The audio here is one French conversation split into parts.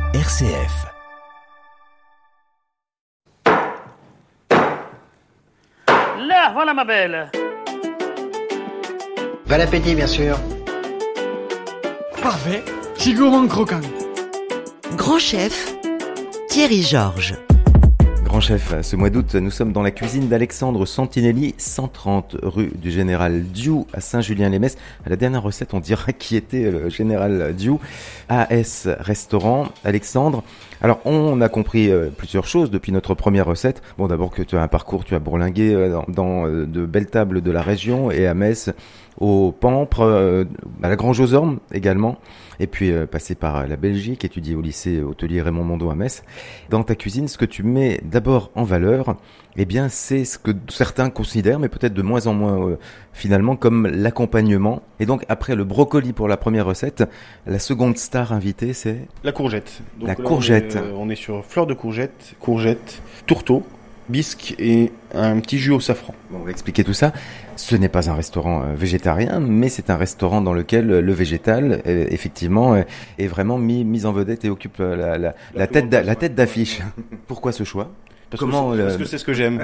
RCF. Là, voilà ma belle. Bon appétit, bien sûr. Parfait, c'est gourmand croquant. Grand chef, Thierry Georges. Grand chef, ce mois d'août, nous sommes dans la cuisine d'Alexandre Santinelli, 130 rue du Général Diou à Saint-Julien-les-Metz. À la dernière recette, on dira qui était le Général Diou. AS Restaurant, Alexandre. Alors, on a compris plusieurs choses depuis notre première recette. Bon, d'abord que tu as un parcours, tu as bourlingué dans de belles tables de la région et à Metz, au Pampre, à la Grange aux Ormes également. Et puis passé par la Belgique, étudié au lycée hôtelier Raymond Mondot à Metz. Dans ta cuisine, ce que tu mets d'abord en valeur, eh bien, c'est ce que certains considèrent, mais peut-être de moins en moins finalement, comme l'accompagnement. Et donc, après le brocoli pour la première recette, la seconde star invitée, c'est la courgette. Donc la là, courgette. On est sur fleur de courgette, tourteau, bisque et un petit jus au safran. Bon, on va expliquer tout ça. Ce n'est pas un restaurant végétarien, mais c'est un restaurant dans lequel le végétal, effectivement, est vraiment mis en vedette et occupe la tête d'affiche. Pourquoi ce choix ? Parce que c'est ce que j'aime.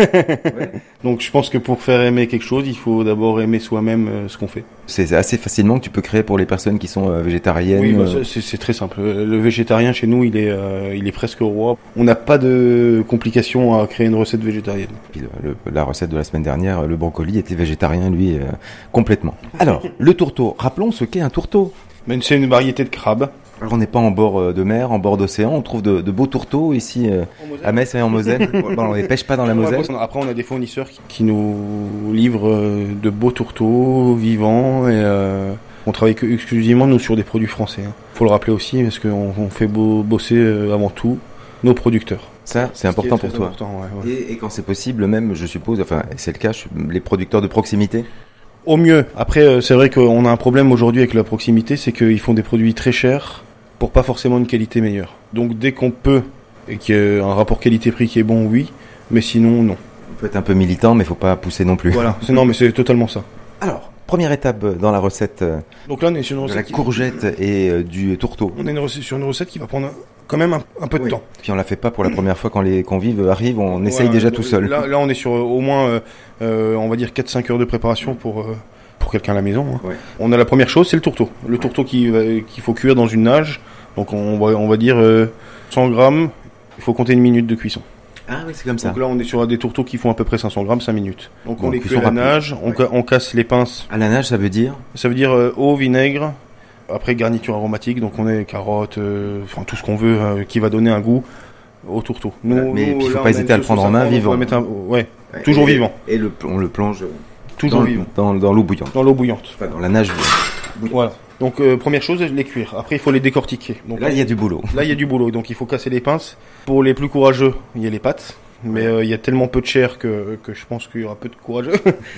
Donc je pense que pour faire aimer quelque chose, il faut d'abord aimer soi-même ce qu'on fait. C'est assez facilement que tu peux créer pour les personnes qui sont végétariennes. Oui, c'est très simple. Le végétarien chez nous, il est presque roi. On n'a pas de complications à créer une recette végétarienne. Puis la recette de la semaine dernière, le brocoli était végétarien, lui, complètement. Alors, le tourteau. Rappelons ce qu'est un tourteau. Mais c'est une variété de crabe. Alors on n'est pas en bord de mer, en bord d'océan, on trouve de beaux tourteaux ici à Metz et en Moselle. Bon, on les pêche pas dans la Moselle. Après on a des fournisseurs qui nous livrent de beaux tourteaux vivants et on travaille exclusivement nous sur des produits français. Faut le rappeler aussi parce qu'on fait bosser avant tout nos producteurs. Ça, c'est important pour toi. Ouais. Et quand c'est possible, même, je suppose, enfin c'est le cas, les producteurs de proximité. Au mieux. Après, c'est vrai qu'on a un problème aujourd'hui avec la proximité, c'est qu'ils font des produits très chers pour pas forcément une qualité meilleure. Donc dès qu'on peut, et qu'il y a un rapport qualité-prix qui est bon, oui, mais sinon, non. On peut être un peu militant, mais faut pas pousser non plus. Voilà, mais c'est totalement ça. Alors, première étape dans la recette. Donc là, on est sur une recette de la courgette et du tourteau. On est sur une recette qui va prendre quand même un peu de temps. Puis on la fait pas pour la première fois quand les convives arrivent, on essaye déjà tout seul. Là, on est sur au moins, on va dire 4-5 heures de préparation pour quelqu'un à la maison. Hein. Ouais. On a la première chose, c'est le tourteau. Le tourteau qu'il faut cuire dans une nage. Donc on va dire 100 grammes, il faut compter une minute de cuisson. Ah oui, c'est comme ça. Donc là, on est sur des tourteaux qui font à peu près 500 grammes, 5 minutes. Donc on les cuit à la nage, on casse les pinces. À la nage, ça veut dire ? Ça veut dire eau, vinaigre, après garniture aromatique, donc on est carottes, tout ce qu'on veut qui va donner un goût au tourteau. Mais il faut pas hésiter à le prendre en main vivant. Toujours vivant. Et on le plonge toujours vivant. Dans l'eau bouillante. Dans l'eau bouillante. Enfin, dans la nage bouillante. Voilà. Donc première chose, les cuire. Après, il faut les décortiquer. Donc là, il y a du boulot. Là, il y a du boulot. Donc il faut casser les pinces. Pour les plus courageux, il y a les pattes. Mais il y a tellement peu de chair que je pense qu'il y aura peu de courageux.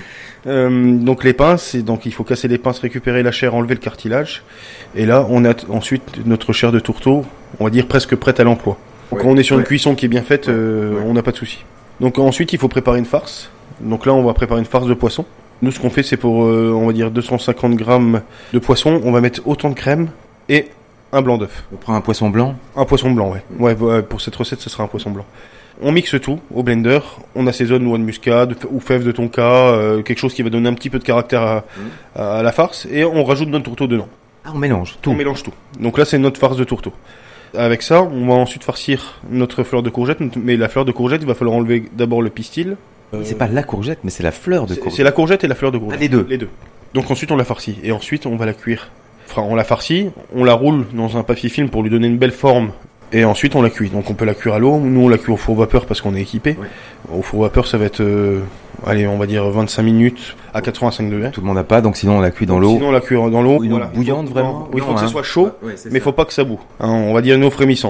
Donc les pinces, donc il faut casser les pinces, récupérer la chair, enlever le cartilage. Et là, on a ensuite notre chair de tourteau, on va dire presque prête à l'emploi. Donc quand on est sur une cuisson qui est bien faite, on n'a pas de souci. Donc ensuite, il faut préparer une farce. Donc là, on va préparer une farce de poisson. Nous, ce qu'on fait, c'est pour, on va dire, 250 grammes de poisson, on va mettre autant de crème et un blanc d'œuf. On prend un poisson blanc ? Un poisson blanc, ouais. Ouais, pour cette recette, ce sera un poisson blanc. On mixe tout au blender, on assaisonne noix de muscade ou fèves de tonka, quelque chose qui va donner un petit peu de caractère à la farce, et on rajoute notre tourteau dedans. Ah, on mélange tout ? On mélange tout. Donc là, c'est notre farce de tourteau. Avec ça, on va ensuite farcir notre fleur de courgette, mais la fleur de courgette, il va falloir enlever d'abord le pistil. C'est pas la courgette, mais c'est la fleur de courgette. C'est la courgette et la fleur de courgette. Ah, les deux. Les deux. Donc ensuite on la farcit et ensuite on va la cuire. Enfin on la farcit, on la roule dans un papier film pour lui donner une belle forme et ensuite on la cuit. Donc on peut la cuire à l'eau, nous on la cuit au four vapeur parce qu'on est équipé. Ouais. Au four vapeur ça va être, on va dire 25 minutes à 85 degrés. Tout le monde n'a pas, donc sinon on la cuit dans l'eau. Sinon on la cuit dans l'eau. Voilà. Bouillante vraiment. Oui, il faut que ça soit chaud, mais il faut pas que ça boue. On va dire une eau frémissante.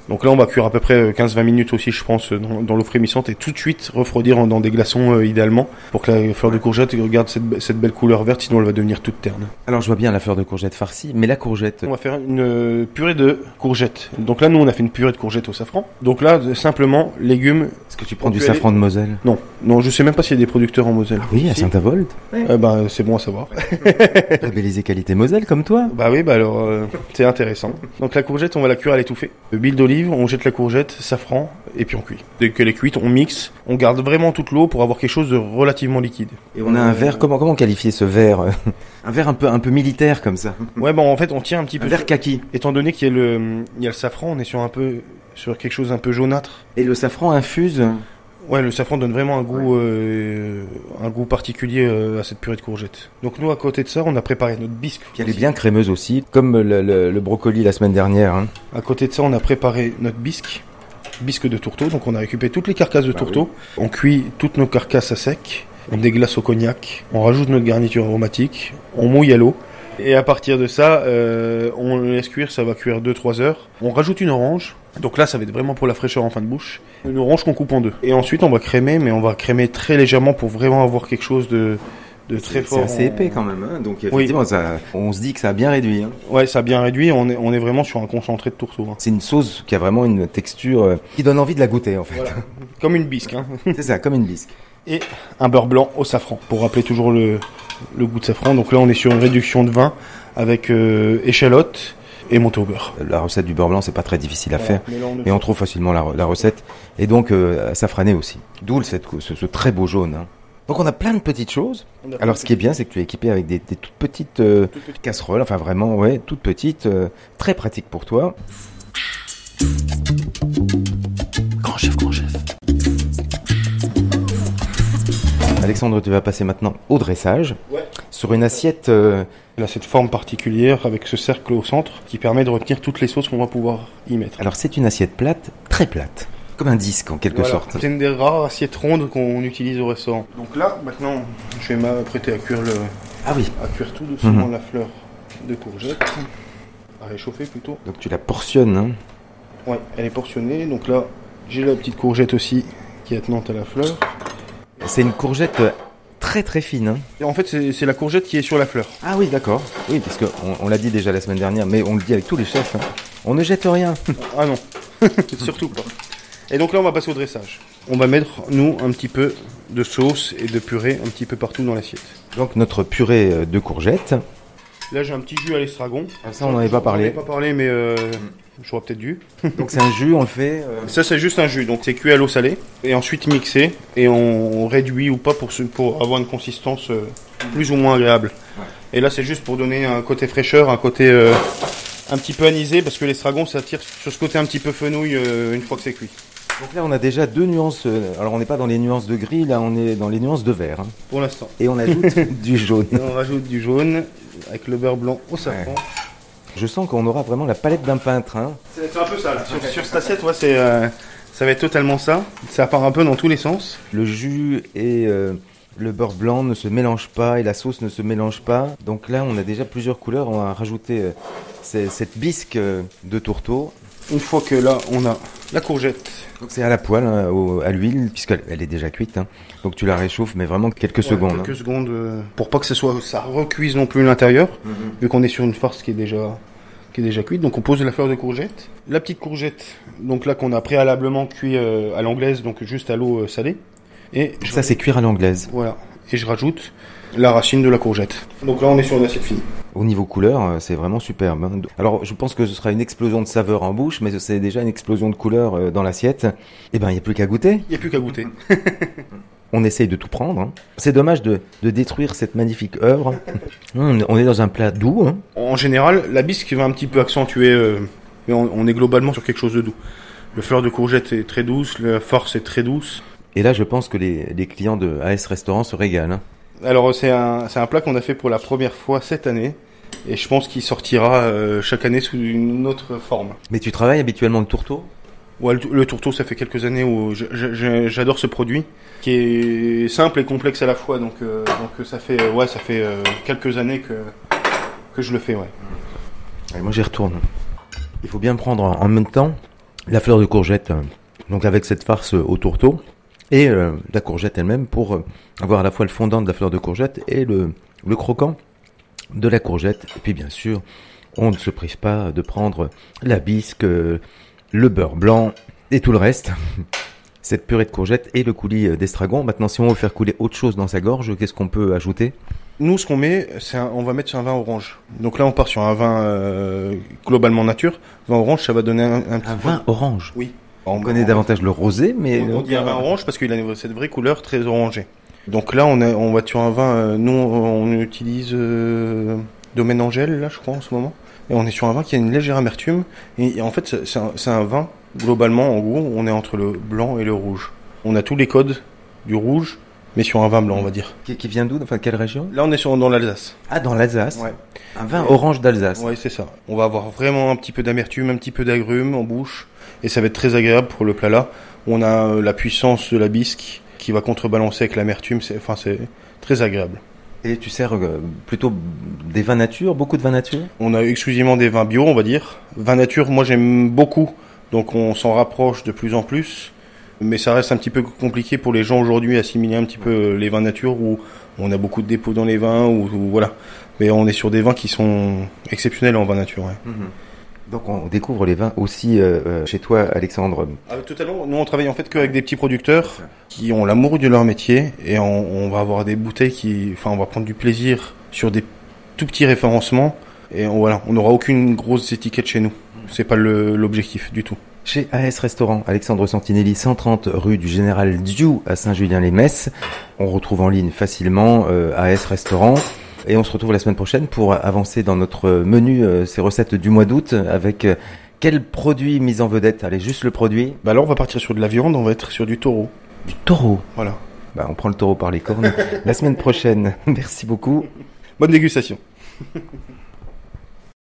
Donc là, on va cuire à peu près 15-20 minutes aussi, je pense, dans l'eau frémissante et tout de suite refroidir dans des glaçons idéalement pour que la fleur de courgette garde cette belle couleur verte, sinon elle va devenir toute terne. Alors je vois bien la fleur de courgette farcie, mais la courgette... On va faire une purée de courgettes. Donc là, nous, on a fait une purée de courgettes au safran. Donc là, simplement, légumes... Est-ce que tu prends du safran de Moselle? Non, je sais même pas s'il y a des producteurs en Moselle. Oui, à Saint-Avold. C'est bon à savoir. Labellisé qualité Moselle comme toi. Bah oui, alors c'est intéressant. Donc la courgette, on va la cuire à l'étouffée. Huile d'olive, on jette la courgette, safran, et puis on cuit. Dès qu'elle est cuite, on mixe, on garde vraiment toute l'eau pour avoir quelque chose de relativement liquide. Et on a un verre, comment qualifier ce verre? Un verre un peu militaire comme ça. Ouais, bon, en fait, on tient un petit peu. Un verre kaki. Étant donné qu'il y a le safran, on est sur quelque chose un peu jaunâtre. Et le safran infuse. Ouais, le safran donne vraiment un goût particulier à cette purée de courgettes. Donc nous, à côté de ça, on a préparé notre bisque. Qui elle est bien crémeuse aussi, comme le brocoli la semaine dernière. Hein. À côté de ça, on a préparé notre bisque de tourteau. Donc on a récupéré toutes les carcasses de tourteau. Oui. On cuit toutes nos carcasses à sec. On déglace au cognac. On rajoute notre garniture aromatique. On mouille à l'eau. Et à partir de ça, on laisse cuire, ça va cuire 2-3 heures. On rajoute une orange. Donc là, ça va être vraiment pour la fraîcheur en fin de bouche. Une orange qu'on coupe en deux. Et ensuite, on va crémer, mais on va crémer très légèrement pour vraiment avoir quelque chose de très fort. C'est assez épais quand même, hein. Donc effectivement, oui. On se dit que ça a bien réduit. Hein. Ouais, ça a bien réduit. On est vraiment sur un concentré de tourteau. Hein. C'est une sauce qui a vraiment une texture qui donne envie de la goûter en fait. Voilà. Comme une bisque. Hein. C'est ça, comme une bisque. Et un beurre blanc au safran pour rappeler toujours le goût de safran. Donc là, on est sur une réduction de vin avec échalote et monté au beurre. La recette du beurre blanc, c'est pas très difficile à faire, mais on trouve facilement la recette. Et donc safrané aussi. D'où ce très beau jaune. Hein. Donc on a plein de petites choses. Alors ce qui est bien, c'est que tu es équipé avec des toutes petites casseroles, enfin vraiment, ouais, toutes petites, très pratiques pour toi. Grand chef. Alexandre, tu vas passer maintenant au dressage. Ouais. Sur une assiette... Elle a cette forme particulière avec ce cercle au centre qui permet de retenir toutes les sauces qu'on va pouvoir y mettre. Alors c'est une assiette plate, très plate. Comme un disque en quelque sorte. C'est une des rares assiettes rondes qu'on utilise au restaurant. Donc là, maintenant, je vais m'apprêter à cuire à cuire tout doucement la fleur de courgette. À réchauffer plutôt. Donc tu la portionnes. Hein. Ouais, elle est portionnée. Donc là, j'ai la petite courgette aussi qui est attenante à la fleur. C'est une courgette très très fine. Hein. Et en fait, c'est la courgette qui est sur la fleur. Ah oui, d'accord. Oui, parce qu'on l'a dit déjà la semaine dernière, mais on le dit avec tous les chefs. Hein. On ne jette rien. Ah non, surtout pas. Et donc là, on va passer au dressage. On va mettre, nous, un petit peu de sauce et de purée un petit peu partout dans l'assiette. Donc notre purée de courgettes. Là, j'ai un petit jus à l'estragon. Ah, ça, on n'en avait pas parlé. On n'en avait pas parlé, mais j'aurais peut-être dû. Donc c'est un jus, on le fait Ça, c'est juste un jus. Donc c'est cuit à l'eau salée et ensuite mixé. Et on réduit ou pas pour avoir une consistance plus ou moins agréable. Ouais. Et là, c'est juste pour donner un côté fraîcheur, un côté un petit peu anisé, parce que l'estragon, ça tire sur ce côté un petit peu fenouil une fois que c'est cuit. Donc là, on a déjà deux nuances. Alors, on n'est pas dans les nuances de gris, là, on est dans les nuances de vert. Hein. Pour l'instant. Et on ajoute du jaune. Et on rajoute du jaune avec le beurre blanc au safran. Ouais. Je sens qu'on aura vraiment la palette d'un peintre. Hein. C'est un peu ça, là. Sur cette assiette, ouais, ça va être totalement ça. Ça part un peu dans tous les sens. Le jus et le beurre blanc ne se mélangent pas et la sauce ne se mélange pas. Donc là, on a déjà plusieurs couleurs. On va rajouter cette bisque de tourteau. Une fois que là, on a la courgette. Donc c'est à la poêle, hein, à l'huile, puisqu'elle est déjà cuite. Hein. Donc tu la réchauffes, mais vraiment quelques secondes. Quelques secondes, pour pas que ça recuise non plus l'intérieur, vu qu'on est sur une farce qui est déjà cuite. Donc on pose la fleur de courgette. La petite courgette, donc là qu'on a préalablement cuit à l'anglaise, donc juste à l'eau salée. Et ça c'est cuire à l'anglaise. Voilà. Et je rajoute la racine de la courgette. Donc là on est sur une assiette finie. Au niveau couleur, c'est vraiment superbe. Hein. Alors je pense que ce sera une explosion de saveur en bouche, mais c'est déjà une explosion de couleur dans l'assiette. Eh ben il n'y a plus qu'à goûter. Il n'y a plus qu'à goûter. On essaye de tout prendre. Hein. C'est dommage de détruire cette magnifique œuvre. On est dans un plat doux. Hein. En général, la bisque va un petit peu accentuer, mais on est globalement sur quelque chose de doux. Le fleur de courgette est très douce, la farce est très douce. Et là, je pense que les clients de AS Restaurant se régalent. Hein. Alors, c'est un plat qu'on a fait pour la première fois cette année. Et je pense qu'il sortira chaque année sous une autre forme. Mais tu travailles habituellement le tourteau ? Ouais, le tourteau, ça fait quelques années où j'adore ce produit, qui est simple et complexe à la fois. Donc ça fait quelques années que je le fais, ouais. Allez, moi, j'y retourne. Il faut bien prendre en même temps la fleur de courgette, donc avec cette farce au tourteau, et la courgette elle-même pour avoir à la fois le fondant de la fleur de courgette et le croquant de la courgette. Et puis bien sûr, on ne se prive pas de prendre la bisque, le beurre blanc et tout le reste. Cette purée de courgette et le coulis d'estragon. Maintenant, si on veut faire couler autre chose dans sa gorge, qu'est-ce qu'on peut ajouter ? Nous, ce qu'on met, on va mettre sur un vin orange. Donc là, on part sur un vin globalement nature. Vin orange, ça va donner un petit vin orange. Oui. On connaît davantage le rosé, mais... On dit un vin orange parce qu'il a cette vraie couleur très orangée. Donc là, on va sur un vin... nous, on utilise Domaine Angèle, là, je crois, en ce moment. Et on est sur un vin qui a une légère amertume. Et en fait, c'est un vin, globalement, en gros, on est entre le blanc et le rouge. On a tous les codes du rouge, mais sur un vin blanc, on va dire. Qui vient d'où ? Enfin, quelle région ? Là, on est dans l'Alsace. Ah, dans l'Alsace ? Ouais. Un vin orange d'Alsace. Ouais, c'est ça. On va avoir vraiment un petit peu d'amertume, un petit peu d'agrumes en bouche. Et ça va être très agréable pour le plat là. On a la puissance de la bisque qui va contrebalancer avec l'amertume. C'est très agréable. Et tu sers plutôt des vins nature, beaucoup de vins nature ? On a exclusivement des vins bio, on va dire. Vins nature, moi j'aime beaucoup. Donc on s'en rapproche de plus en plus. Mais ça reste un petit peu compliqué pour les gens aujourd'hui à assimiler un petit peu les vins nature où on a beaucoup de dépôts dans les vins ou voilà. Mais on est sur des vins qui sont exceptionnels en vin nature. Ouais. Donc on découvre les vins aussi chez toi, Alexandre. Totalement. Nous on travaille en fait qu'avec des petits producteurs qui ont l'amour de leur métier et on va avoir des bouteilles on va prendre du plaisir sur des tout petits référencements et on n'aura aucune grosse étiquette chez nous. C'est pas l'objectif du tout. Chez AS Restaurant, Alexandre Santinelli, 130 rue du Général Diou à Saint-Julien-les-Metz. On retrouve en ligne facilement AS Restaurant. Et on se retrouve la semaine prochaine pour avancer dans notre menu, ces recettes du mois d'août, avec quel produit mis en vedette ? Allez, juste le produit. Alors on va partir sur de la viande, on va être sur du taureau. Du taureau ? Voilà. On prend le taureau par les cornes. La semaine prochaine. Merci beaucoup. Bonne dégustation.